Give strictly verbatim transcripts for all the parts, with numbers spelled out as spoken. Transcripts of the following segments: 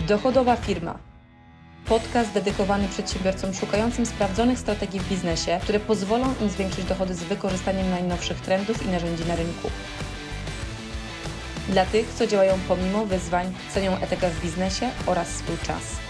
Dochodowa firma. Podcast dedykowany przedsiębiorcom szukającym sprawdzonych strategii w biznesie, które pozwolą im zwiększyć dochody z wykorzystaniem najnowszych trendów i narzędzi na rynku. Dla tych, co działają pomimo wyzwań, cenią etykę w biznesie oraz swój czas.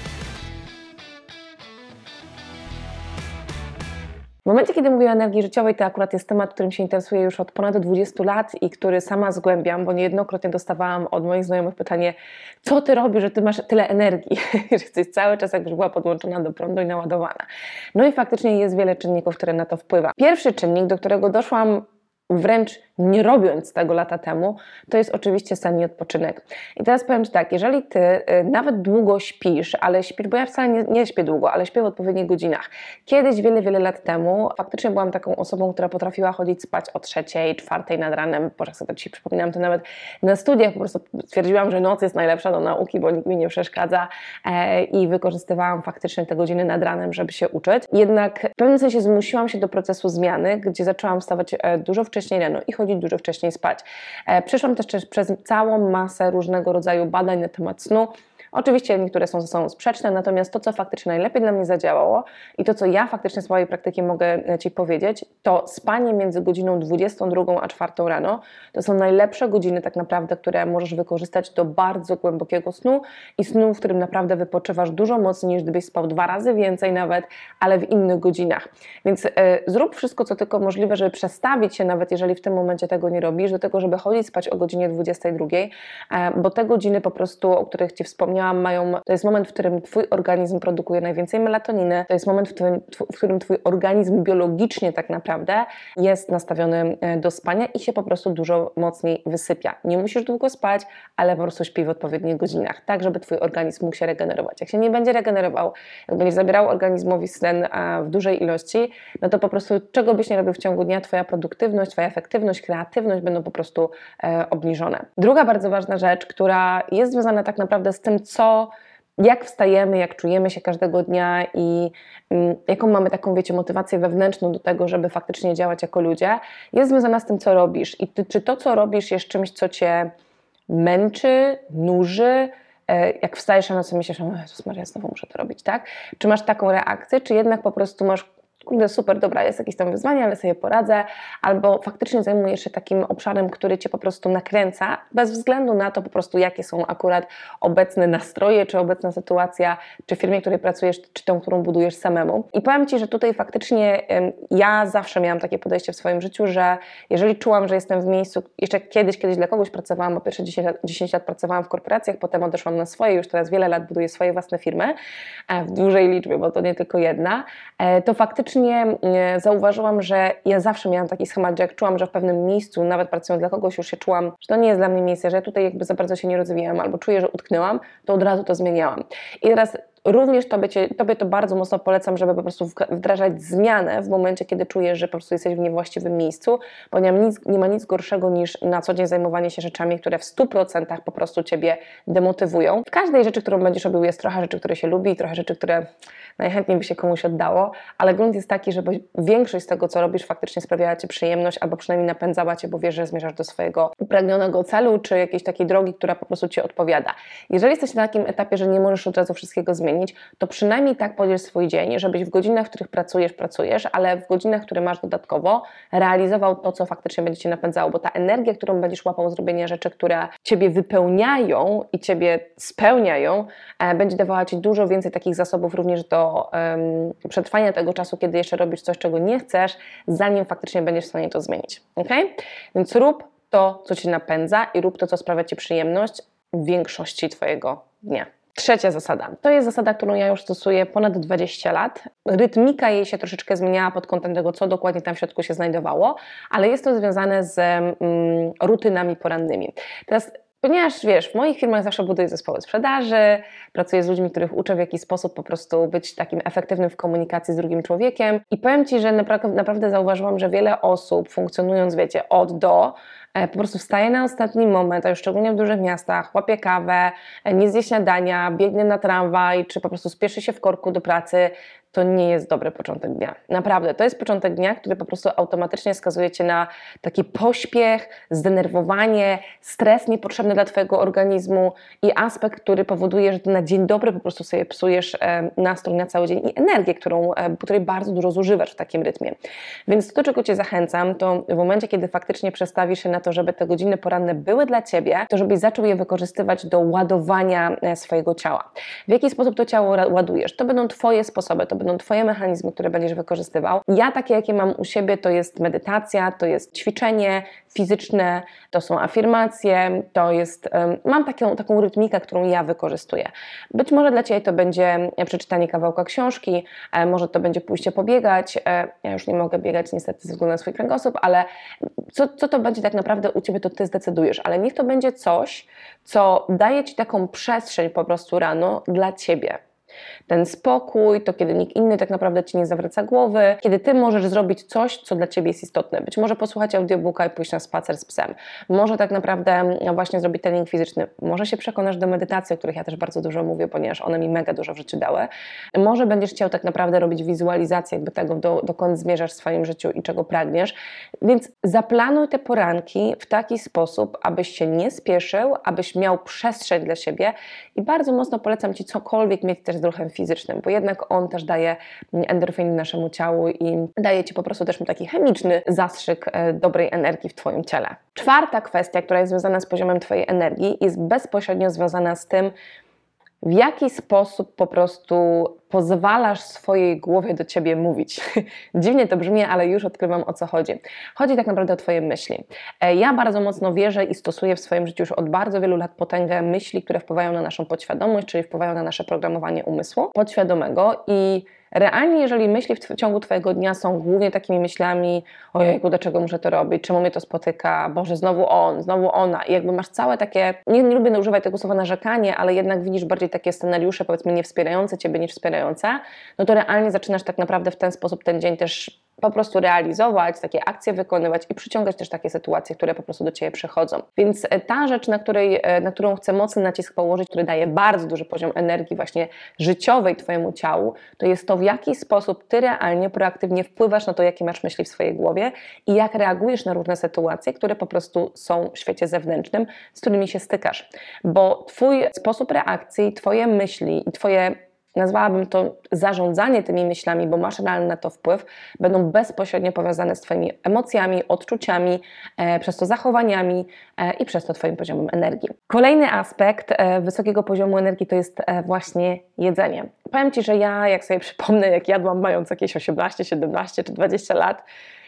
W momencie, kiedy mówię o energii życiowej, to akurat jest temat, którym się interesuję już od ponad dwudziestu lat i który sama zgłębiam, bo niejednokrotnie dostawałam od moich znajomych pytanie, co ty robisz, że ty masz tyle energii, że jesteś cały czas jakbyś była podłączona do prądu i naładowana. No i faktycznie jest wiele czynników, które na to wpływa. Pierwszy czynnik, do którego doszłam wręcz nie robiąc tego lata temu, to jest oczywiście sen i odpoczynek. I teraz powiem Ci tak, jeżeli Ty y, nawet długo śpisz, ale śpisz, bo ja wcale nie, nie śpię długo, ale śpię w odpowiednich godzinach. Kiedyś, wiele, wiele lat temu, faktycznie byłam taką osobą, która potrafiła chodzić spać o trzeciej, czwartej nad ranem, bo jak sobie dzisiaj przypominam, to nawet na studiach po prostu stwierdziłam, że noc jest najlepsza do nauki, bo nikt mi nie przeszkadza e, i wykorzystywałam faktycznie te godziny nad ranem, żeby się uczyć. Jednak w pewnym sensie zmusiłam się do procesu zmiany, gdzie zaczęłam wstawać e, dużo wcześniej rano i chodzić dużo wcześniej spać. E, przeszłam też przez całą masę różnego rodzaju badań na temat snu. Oczywiście niektóre są ze sobą sprzeczne, natomiast to, co faktycznie najlepiej dla mnie zadziałało i to, co ja faktycznie z swojej praktyki mogę Ci powiedzieć, to spanie między godziną dwudziestą drugą a czwartą rano. To są najlepsze godziny tak naprawdę, które możesz wykorzystać do bardzo głębokiego snu i snu, w którym naprawdę wypoczywasz dużo mocniej, niż gdybyś spał dwa razy więcej nawet, ale w innych godzinach. Więc y, zrób wszystko, co tylko możliwe, żeby przestawić się, nawet jeżeli w tym momencie tego nie robisz, do tego, żeby chodzić spać o godzinie dwudziestej drugiej, y, bo te godziny po prostu, o których Ci wspomniałam, mają, to jest moment, w którym Twój organizm produkuje najwięcej melatoniny, to jest moment, w którym, w którym Twój organizm biologicznie tak naprawdę jest nastawiony do spania i się po prostu dużo mocniej wysypia. Nie musisz długo spać, ale po prostu śpij w odpowiednich godzinach, tak żeby Twój organizm mógł się regenerować. Jak się nie będzie regenerował, jak będziesz zabierał organizmowi sen w dużej ilości, no to po prostu czego byś nie robił w ciągu dnia, Twoja produktywność, Twoja efektywność, kreatywność będą po prostu e, obniżone. Druga bardzo ważna rzecz, która jest związana tak naprawdę z tym, co, jak wstajemy, jak czujemy się każdego dnia i um, jaką mamy taką, wiecie, motywację wewnętrzną do tego, żeby faktycznie działać jako ludzie, jest związana z tym, co robisz. I ty, czy to, co robisz, jest czymś, co Cię męczy, nuży, e, jak wstajesz rano, co myślisz, o Jezus Maria, znowu muszę to robić, tak? Czy masz taką reakcję, czy jednak po prostu masz kurde, super, dobra, jest jakieś tam wyzwanie, ale sobie poradzę, albo faktycznie zajmujesz się takim obszarem, który Cię po prostu nakręca, bez względu na to po prostu, jakie są akurat obecne nastroje, czy obecna sytuacja, czy w firmie, w której pracujesz, czy tą, którą budujesz samemu. I powiem Ci, że tutaj faktycznie ym, ja zawsze miałam takie podejście w swoim życiu, że jeżeli czułam, że jestem w miejscu, jeszcze kiedyś, kiedyś dla kogoś pracowałam, bo pierwsze dziesięć lat pracowałam w korporacjach, potem odeszłam na swoje, już teraz wiele lat buduję swoje własne firmy, w dużej liczbie, bo to nie tylko jedna, to faktycznie zauważyłam, że ja zawsze miałam taki schemat, że jak czułam, że w pewnym miejscu, nawet pracując dla kogoś, już się czułam, że to nie jest dla mnie miejsce, że ja tutaj jakby za bardzo się nie rozwijałam albo czuję, że utknęłam, to od razu to zmieniałam. I teraz również tobie, tobie to bardzo mocno polecam, żeby po prostu wdrażać zmianę w momencie, kiedy czujesz, że po prostu jesteś w niewłaściwym miejscu, bo nie ma nic, nie ma nic gorszego niż na co dzień zajmowanie się rzeczami, które w stu procentach po prostu Ciebie demotywują. W każdej rzeczy, którą będziesz robił, jest trochę rzeczy, które się lubi i trochę rzeczy, które najchętniej by się komuś oddało, ale grunt jest taki, żeby większość z tego, co robisz, faktycznie sprawiała Ci przyjemność albo przynajmniej napędzała Cię, bo wiesz, że zmierzasz do swojego upragnionego celu, czy jakiejś takiej drogi, która po prostu Ci odpowiada. Jeżeli jesteś na takim etapie, że nie możesz od razu wszystkiego zmienić, to przynajmniej tak podziel swój dzień, żebyś w godzinach, w których pracujesz, pracujesz, ale w godzinach, które masz dodatkowo, realizował to, co faktycznie będzie Cię napędzało, bo ta energia, którą będziesz łapał z robienia rzeczy, które Ciebie wypełniają i Ciebie spełniają, będzie dawała Ci dużo więcej takich zasobów również do um, przetrwania tego czasu, kiedy jeszcze robisz coś, czego nie chcesz, zanim faktycznie będziesz w stanie to zmienić. Okay? Więc rób to, co Cię napędza i rób to, co sprawia Ci przyjemność w większości Twojego dnia. Trzecia zasada. To jest zasada, którą ja już stosuję ponad dwadzieścia lat. Rytmika jej się troszeczkę zmieniała pod kątem tego, co dokładnie tam w środku się znajdowało, ale jest to związane z mm, rutynami porannymi. Teraz ponieważ wiesz, w moich firmach zawsze buduję zespoły sprzedaży, pracuję z ludźmi, których uczę w jaki sposób po prostu być takim efektywnym w komunikacji z drugim człowiekiem i powiem Ci, że naprawdę, naprawdę zauważyłam, że wiele osób funkcjonując, wiecie, od do, po prostu wstaje na ostatni moment, a już szczególnie w dużych miastach, łapie kawę, nie zje śniadania, biegnie na tramwaj, czy po prostu spieszy się w korku do pracy, to nie jest dobry początek dnia. Naprawdę, to jest początek dnia, który po prostu automatycznie skazuje Cię na taki pośpiech, zdenerwowanie, stres niepotrzebny dla Twojego organizmu i aspekt, który powoduje, że Ty na dzień dobry po prostu sobie psujesz nastrój na cały dzień i energię, którą, której bardzo dużo zużywasz w takim rytmie. Więc to, do czego Cię zachęcam, to w momencie, kiedy faktycznie przestawisz się na to, żeby te godziny poranne były dla Ciebie, to żebyś zaczął je wykorzystywać do ładowania swojego ciała. W jaki sposób to ciało ładujesz? To będą Twoje sposoby, to będą Twoje mechanizmy, które będziesz wykorzystywał. Ja takie, jakie mam u siebie, to jest medytacja, to jest ćwiczenie fizyczne, to są afirmacje, to jest, um, mam taką, taką rytmikę, którą ja wykorzystuję. Być może dla Ciebie to będzie przeczytanie kawałka książki, e, może to będzie pójście pobiegać, e, ja już nie mogę biegać niestety ze względu na swój kręgosłup, ale co, co to będzie tak naprawdę u Ciebie, to Ty zdecydujesz, ale niech to będzie coś, co daje Ci taką przestrzeń po prostu rano dla Ciebie. Ten spokój, to kiedy nikt inny tak naprawdę Ci nie zawraca głowy, kiedy Ty możesz zrobić coś, co dla Ciebie jest istotne. Być może posłuchać audiobooka i pójść na spacer z psem. Może tak naprawdę właśnie zrobić trening fizyczny. Może się przekonasz do medytacji, o których ja też bardzo dużo mówię, ponieważ one mi mega dużo w życiu dały. Może będziesz chciał tak naprawdę robić wizualizację jakby tego, do, dokąd zmierzasz w swoim życiu i czego pragniesz. Więc zaplanuj te poranki w taki sposób, abyś się nie spieszył, abyś miał przestrzeń dla siebie i bardzo mocno polecam Ci cokolwiek mieć też z ruchem fizycznym, bo jednak on też daje endorfiny naszemu ciału i daje Ci po prostu też taki chemiczny zastrzyk dobrej energii w Twoim ciele. Czwarta kwestia, która jest związana z poziomem Twojej energii, jest bezpośrednio związana z tym, w jaki sposób po prostu pozwalasz swojej głowie do Ciebie mówić. Dziwnie to brzmi, ale już odkrywam, o co chodzi. Chodzi tak naprawdę o Twoje myśli. Ja bardzo mocno wierzę i stosuję w swoim życiu już od bardzo wielu lat potęgę myśli, które wpływają na naszą podświadomość, czyli wpływają na nasze programowanie umysłu podświadomego i realnie, jeżeli myśli w ciągu Twojego dnia są głównie takimi myślami, ojejku, dlaczego muszę to robić, czemu mnie to spotyka, Boże, znowu on, znowu ona i jakby masz całe takie, nie, nie lubię używać tego słowa narzekanie, ale jednak widzisz bardziej takie scenariusze, powiedzmy, nie wspierające Ciebie niż wspierające, no to realnie zaczynasz tak naprawdę w ten sposób ten dzień też po prostu realizować, takie akcje wykonywać i przyciągać też takie sytuacje, które po prostu do Ciebie przychodzą. Więc ta rzecz, na, której, na którą chcę mocny nacisk położyć, który daje bardzo duży poziom energii właśnie życiowej Twojemu ciału, to jest to, w jaki sposób Ty realnie, proaktywnie wpływasz na to, jakie masz myśli w swojej głowie i jak reagujesz na różne sytuacje, które po prostu są w świecie zewnętrznym, z którymi się stykasz. Bo Twój sposób reakcji, Twoje myśli i Twoje, nazwałabym to zarządzanie tymi myślami, bo masz realny na to wpływ, będą bezpośrednio powiązane z Twoimi emocjami, odczuciami, e, przez to zachowaniami e, i przez to Twoim poziomem energii. Kolejny aspekt e, wysokiego poziomu energii to jest e, właśnie jedzenie. Powiem Ci, że ja, jak sobie przypomnę, jak jadłam mając jakieś osiemnaście, siedemnaście czy dwadzieścia lat,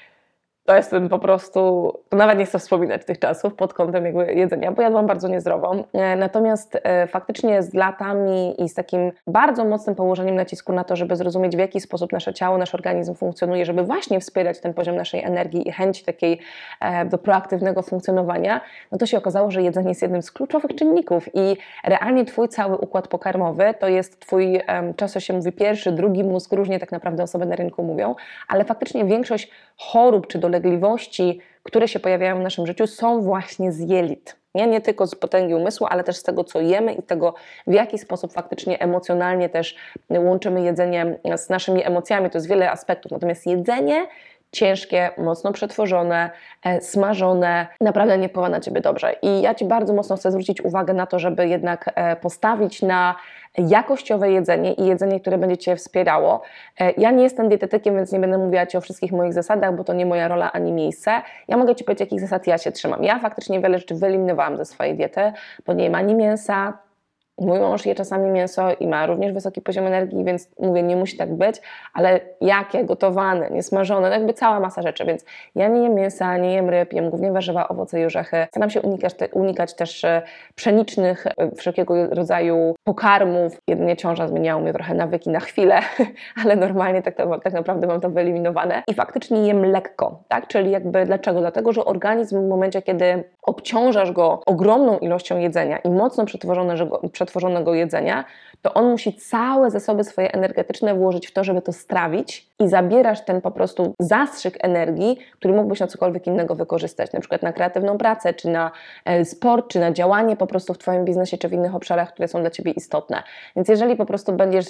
to jestem po prostu, to nawet nie chcę wspominać tych czasów pod kątem jakby jedzenia, bo jadłam bardzo niezdrowo. Natomiast e, faktycznie z latami i z takim bardzo mocnym położeniem nacisku na to, żeby zrozumieć, w jaki sposób nasze ciało, nasz organizm funkcjonuje, żeby właśnie wspierać ten poziom naszej energii i chęć takiej e, do proaktywnego funkcjonowania, no to się okazało, że jedzenie jest jednym z kluczowych czynników i realnie Twój cały układ pokarmowy to jest Twój, e, często się mówi pierwszy, drugi mózg, różnie tak naprawdę osoby na rynku mówią, ale faktycznie większość chorób czy dolegliwości, które się pojawiają w naszym życiu, są właśnie z jelit. Nie, nie tylko z potęgi umysłu, ale też z tego, co jemy i tego, w jaki sposób faktycznie emocjonalnie też łączymy jedzenie z naszymi emocjami. To jest wiele aspektów. Natomiast jedzenie ciężkie, mocno przetworzone, e, smażone, naprawdę nie wpływa na Ciebie dobrze. I ja Ci bardzo mocno chcę zwrócić uwagę na to, żeby jednak e, postawić na jakościowe jedzenie i jedzenie, które będzie Cię wspierało. E, ja nie jestem dietetykiem, więc nie będę mówiła Ci o wszystkich moich zasadach, bo to nie moja rola ani miejsce. Ja mogę Ci powiedzieć, jakich zasad ja się trzymam. Ja faktycznie wiele rzeczy wyeliminowałam ze swojej diety, bo nie ma ani mięsa. Mój mąż je czasami mięso i ma również wysoki poziom energii, więc mówię, nie musi tak być, ale jakie, gotowane, niesmażone, jakby cała masa rzeczy, więc ja nie jem mięsa, nie jem ryb, jem głównie warzywa, owoce i orzechy. Staram się unikać, te, unikać też pszenicznych, wszelkiego rodzaju pokarmów. Jedynie ciąża zmieniała mnie trochę nawyki na chwilę, ale normalnie tak, to, tak naprawdę mam to wyeliminowane i faktycznie jem lekko, tak? Czyli jakby dlaczego? Dlatego, że organizm w momencie, kiedy obciążasz go ogromną ilością jedzenia i mocno przetworzonego, przetworzonego jedzenia, to on musi całe zasoby swoje energetyczne włożyć w to, żeby to strawić i zabierasz ten po prostu zastrzyk energii, który mógłbyś na cokolwiek innego wykorzystać, na przykład na kreatywną pracę, czy na sport, czy na działanie po prostu w Twoim biznesie, czy w innych obszarach, które są dla Ciebie istotne. Więc jeżeli po prostu będziesz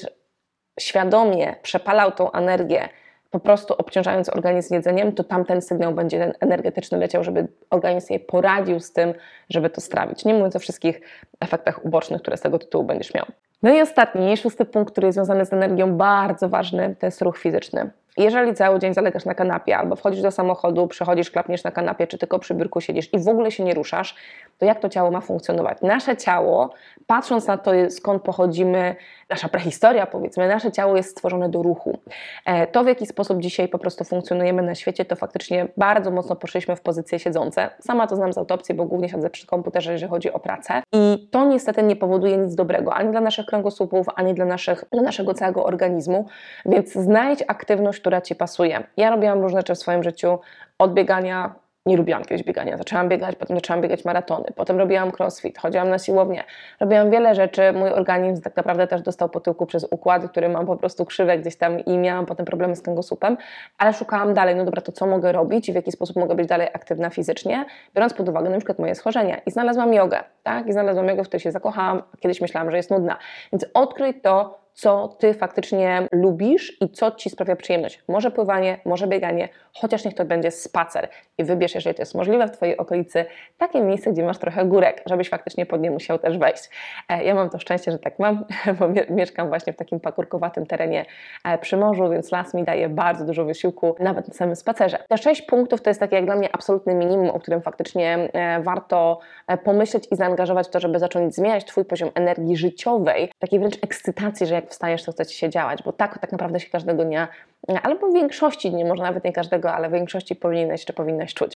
świadomie przepalał tą energię, po prostu obciążając organizm jedzeniem, to tamten sygnał będzie ten energetyczny leciał, żeby organizm sobie poradził z tym, żeby to strawić. Nie mówiąc o wszystkich efektach ubocznych, które z tego tytułu będziesz miał. No i ostatni, szósty punkt, który jest związany z energią, bardzo ważny, to jest ruch fizyczny. Jeżeli cały dzień zalegasz na kanapie albo wchodzisz do samochodu, przechodzisz, klapniesz na kanapie, czy tylko przy biurku siedzisz i w ogóle się nie ruszasz, to jak to ciało ma funkcjonować? Nasze ciało, patrząc na to, skąd pochodzimy, nasza prehistoria powiedzmy, nasze ciało jest stworzone do ruchu. To, w jaki sposób dzisiaj po prostu funkcjonujemy na świecie, to faktycznie bardzo mocno poszliśmy w pozycje siedzące. Sama to znam z autopsji, bo głównie siedzę przy komputerze, jeżeli chodzi o pracę. I to niestety nie powoduje nic dobrego, ani dla naszych kręgosłupów, ani dla, naszych, dla naszego całego organizmu, więc znajdź aktywność, która Ci pasuje. Ja robiłam różne rzeczy w swoim życiu, od biegania, nie lubiłam kiedyś biegania, zaczęłam biegać, potem zaczęłam biegać maratony, potem robiłam crossfit, chodziłam na siłownię, robiłam wiele rzeczy, mój organizm tak naprawdę też dostał po tyłku przez układy, który mam po prostu krzywe gdzieś tam i miałam potem problemy z kręgosłupem, ale szukałam dalej, no dobra, to co mogę robić i w jaki sposób mogę być dalej aktywna fizycznie, biorąc pod uwagę na przykład moje schorzenia i znalazłam jogę, tak, i znalazłam jogę, w której się zakochałam, a kiedyś myślałam, że jest nudna, więc odkryj to, co Ty faktycznie lubisz i co Ci sprawia przyjemność. Może pływanie, może bieganie, chociaż niech to będzie spacer. I wybierz, jeżeli to jest możliwe w Twojej okolicy, takie miejsce, gdzie masz trochę górek, żebyś faktycznie pod nie musiał też wejść. Ja mam to szczęście, że tak mam, bo mieszkam właśnie w takim pagórkowatym terenie przy morzu, więc las mi daje bardzo dużo wysiłku, nawet na samym spacerze. Te sześć punktów to jest takie jak dla mnie absolutne minimum, o którym faktycznie warto pomyśleć i zaangażować w to, żeby zacząć zmieniać Twój poziom energii życiowej, takiej wręcz ekscytacji, że jak wstajesz, to chce Ci się działać, bo tak, tak naprawdę się każdego dnia, albo w większości dni, może nawet nie każdego, ale w większości powinieneś czy powinnaś czuć.